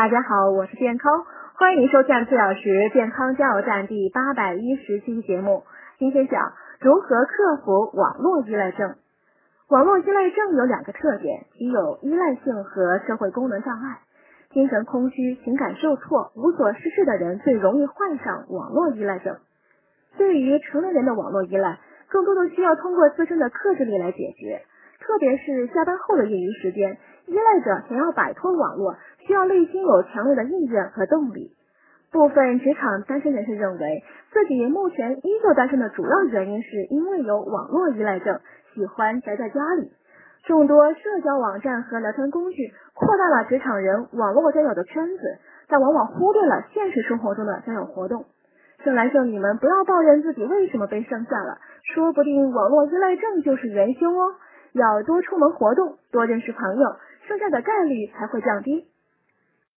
大家好，我是健康，欢迎收看4小时健康加油站第810期节目。今天讲如何克服网络依赖症。网络依赖症有2个特点，即有依赖性和社会功能障碍。精神空虚、情感受挫、无所事事的人最容易患上网络依赖症。对于成年人的网络依赖，更多的需要通过自身的克制力来解决。特别是下班后的业余时间，依赖者想要摆脱网络，需要内心有强烈的意愿和动力。部分职场单身人士认为，自己目前依旧单身的主要原因是因为有网络依赖症，喜欢宅在家里。众多社交网站和聊天工具扩大了职场人网络交友的圈子，但往往忽略了现实生活中的交友活动。剩男剩女们不要抱怨自己为什么被剩下了，说不定网络依赖症就是元凶哦。要多出门活动，多认识朋友，剩下的概率才会降低。